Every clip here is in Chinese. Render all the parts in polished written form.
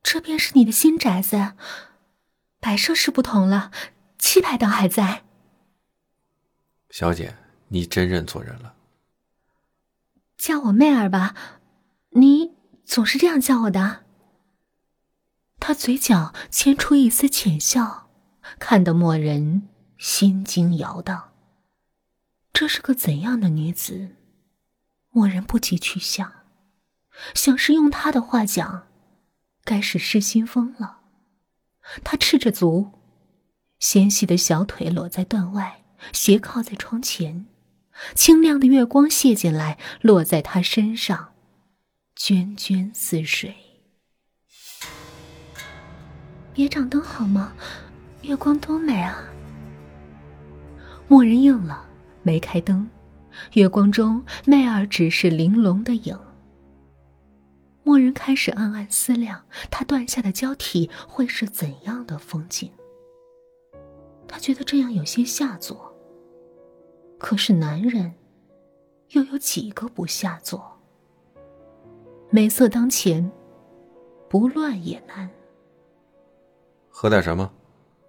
这便是你的新宅子，摆设是不同了，气派倒还在。 小姐，你真认错人了。 叫我妹儿吧，你总是这样叫我的。他嘴角牵出一丝浅笑，看得默人心惊摇荡。这是个怎样的女子？默人不及去想，想是用他的话讲，该是失心疯了。他赤着足，纤细的小腿裸在段外，斜靠在窗前，清亮的月光泻进来，落在他身上，涓涓似水。别掌灯好吗？月光多美啊！默人应了，没开灯。月光中，媚儿只是玲珑的影。默人开始暗暗思量，他断下的交替会是怎样的风景。他觉得这样有些下作，可是男人又有几个不下作？美色当前，不乱也难。 喝点什么？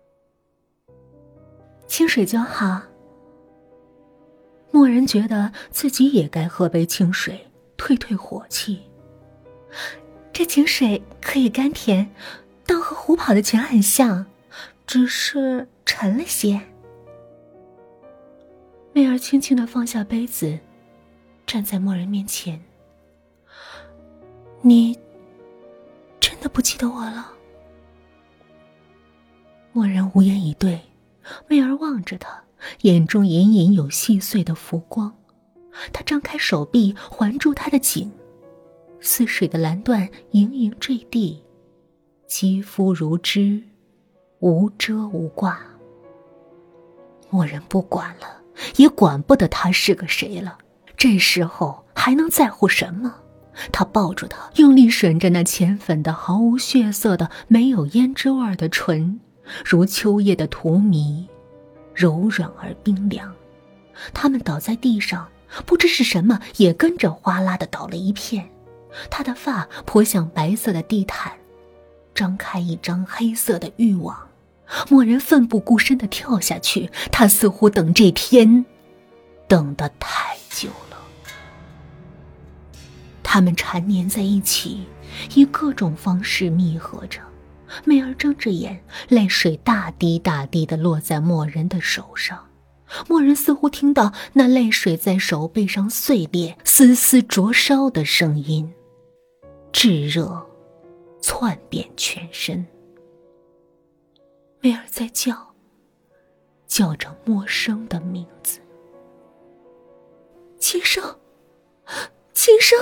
清水就好。默人觉得自己也该喝杯清水，退退火气。这井水可以甘甜，倒和虎跑的泉很像，只是沉了些。媚儿轻轻地放下杯子，站在默人面前。你真的不记得我了？默人无言以对，媚儿望着他，眼中隐隐有细碎的浮光。他张开手臂环住他的颈，似水的蓝缎盈盈坠地，肌肤如织，无遮无挂。默人不管了，也管不得他是个谁了，这时候还能在乎什么？他抱住他，用力吮着那浅粉的毫无血色的没有胭脂味的唇，如秋叶的荼蘼，柔软而冰凉。他们倒在地上，不知是什么也跟着哗啦地倒了一片。他的发泼向白色的地毯，张开一张黑色的浴网。默人奋不顾身地跳下去，他似乎等这天等得太久了。他们缠黏在一起，以各种方式密合着。媚儿睁着眼，泪水大滴大滴地落在默人的手上。默人似乎听到那泪水在手背上碎裂，丝丝灼烧的声音，炙热窜遍全身。媚儿在叫，叫着陌生的名字。轻声，轻声。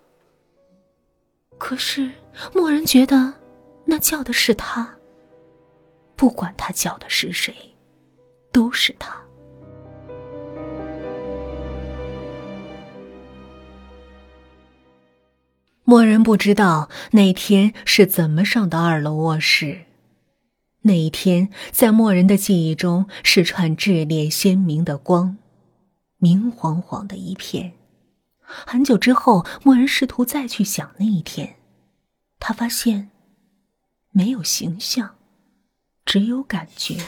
可是默人觉得那叫的是他，不管他叫的是谁，都是他。默人不知道那天是怎么上的2楼卧室。那一天在默人的记忆中是串炽烈鲜明的光，明晃晃的一片。很久之后，默人试图再去想那一天，他发现没有形象，只有感觉。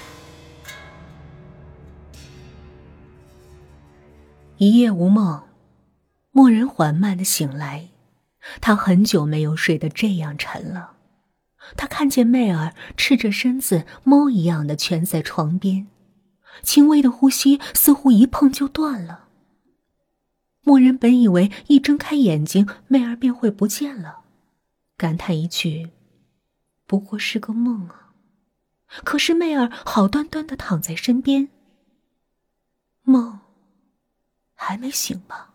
一夜无梦，默人缓慢地醒来。他很久没有睡得这样沉了。他看见媚儿赤着身子，猫一样的蜷在床边，轻微的呼吸似乎一碰就断了。默人本以为一睁开眼睛，媚儿便会不见了，感叹一句：不过是个梦啊。可是媚儿好端端地躺在身边，梦还没醒吧？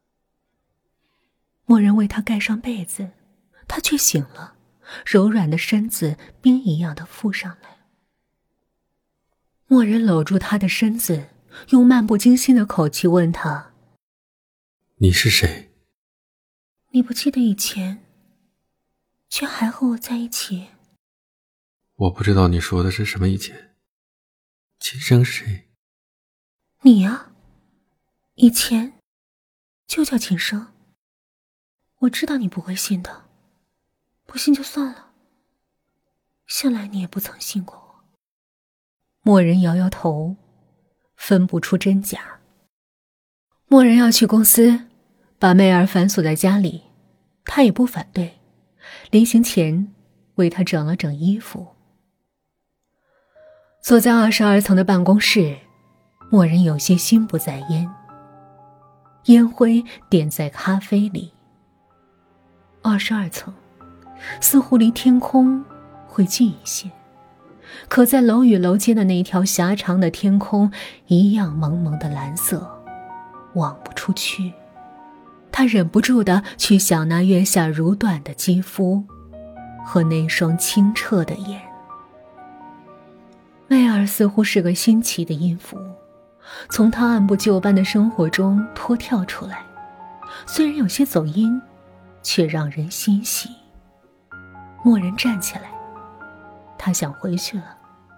默人为他盖上被子，他却醒了，柔软的身子冰一样的附上来。默人搂住他的身子，用漫不经心的口气问他： 你是谁？ 你不记得以前，却还和我在一起？ 我不知道你说的是什么以前。今生是谁？ 你啊，以前就叫今生。我知道你不会信的，不信就算了。 向来你也不曾信过我。默人摇摇头，分不出真假。默人要去公司，把媚儿反锁在家里，他也不反对，临行前为她整了整衣服。坐在22层的办公室，默人有些心不在焉，烟灰点在咖啡里。22层似乎离天空会近一些，可在楼与楼间的那条狭长的天空一样蒙蒙的蓝色，望不出去。他忍不住地去想那月下如缎的肌肤和那双清澈的眼。媚儿似乎是个新奇的音符，从他按部就班的生活中脱跳出来，虽然有些走音，却让人欣喜。默人站起来，他想回去了。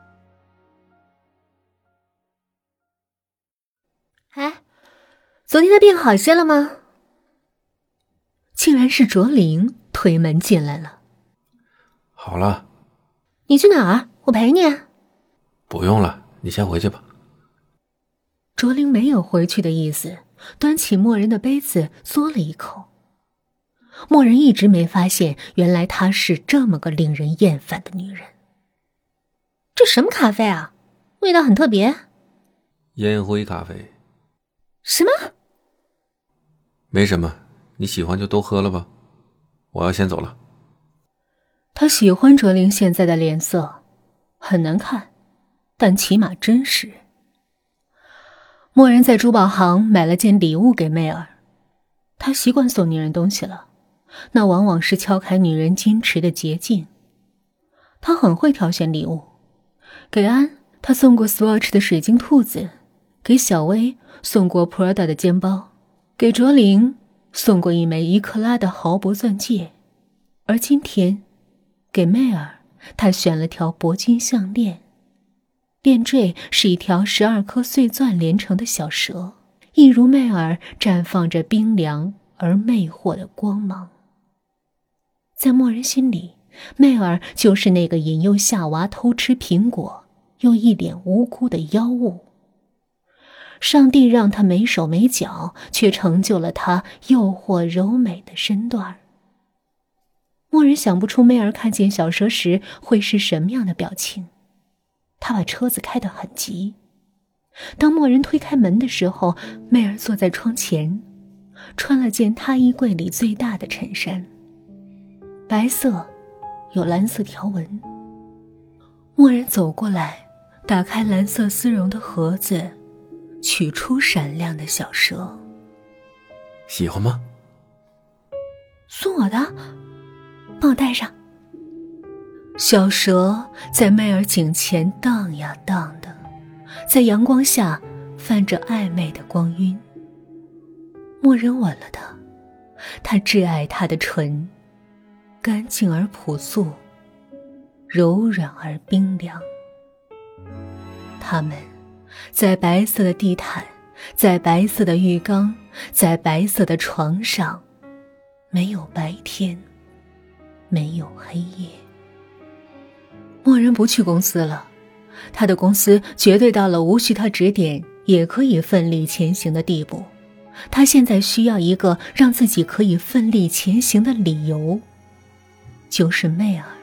哎，昨天的病好些了吗？竟然是卓林推门进来了。 好了。 你去哪儿？我陪你。 不用了，你先回去吧。 卓林没有回去的意思，端起默人的杯子嘬了一口。默人一直没发现，原来她是这么个令人厌烦的女人。这什么咖啡啊？味道很特别。 烟灰咖啡。 什么？ 没什么，你喜欢就都喝了吧，我要先走了。 他喜欢卓林现在的脸色，很难看，但起码真实。默人在珠宝行买了件礼物给媚儿，他习惯送女人东西了，那往往是敲开女人矜持的捷径。他很会挑选礼物，给安他送过 Swatch 的水晶兔子，给小薇送过 Prada 的肩包，给卓林送过一枚1克拉的豪博钻戒，而今天给媚儿他选了条铂金项链，链坠是一条12颗碎钻连成的小蛇，一如媚儿绽放着冰凉而魅惑的光芒。在默人心里，媚儿就是那个引诱夏娃偷吃苹果又一脸无辜的妖物。上帝让她没手没脚，却成就了她诱惑柔美的身段。默人想不出媚儿看见小蛇时会是什么样的表情。他把车子开得很急。当默人推开门的时候，媚儿坐在窗前，穿了件她衣柜里最大的衬衫，白色，有蓝色条纹。默人走过来，打开蓝色丝绒的盒子，取出闪亮的小蛇。 喜欢吗？ 送我的，帮我带上。小蛇在媚儿颈前荡呀荡的，在阳光下泛着暧昧的光晕。默人吻了她，他挚爱她的唇，干净而朴素，柔软而冰凉。他们在白色的地毯，在白色的浴缸，在白色的床上，没有白天，没有黑夜。默人不去公司了，他的公司绝对到了无需他指点也可以奋力前行的地步。他现在需要一个让自己可以奋力前行的理由，就是媚儿。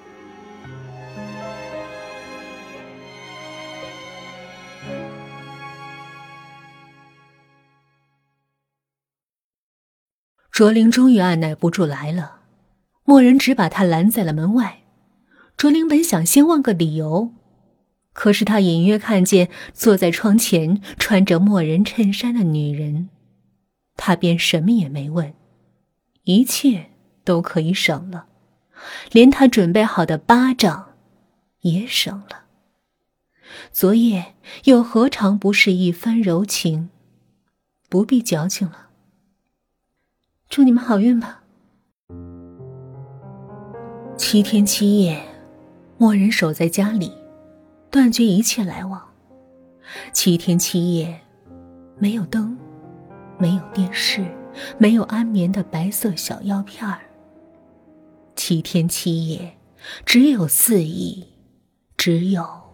卓林终于按耐不住来了，默人只把他拦在了门外。卓林本想先问个理由，可是他隐约看见坐在窗前穿着默人衬衫的女人，他便什么也没问，一切都可以省了，连他准备好的巴掌也省了。昨夜又何尝不是一番柔情，不必矫情了。祝你们好运吧。7天7夜，默人守在家里，断绝一切来往。7天7夜，没有灯，没有电视，没有安眠的白色小药片儿。7天7夜， 只有肆意，只有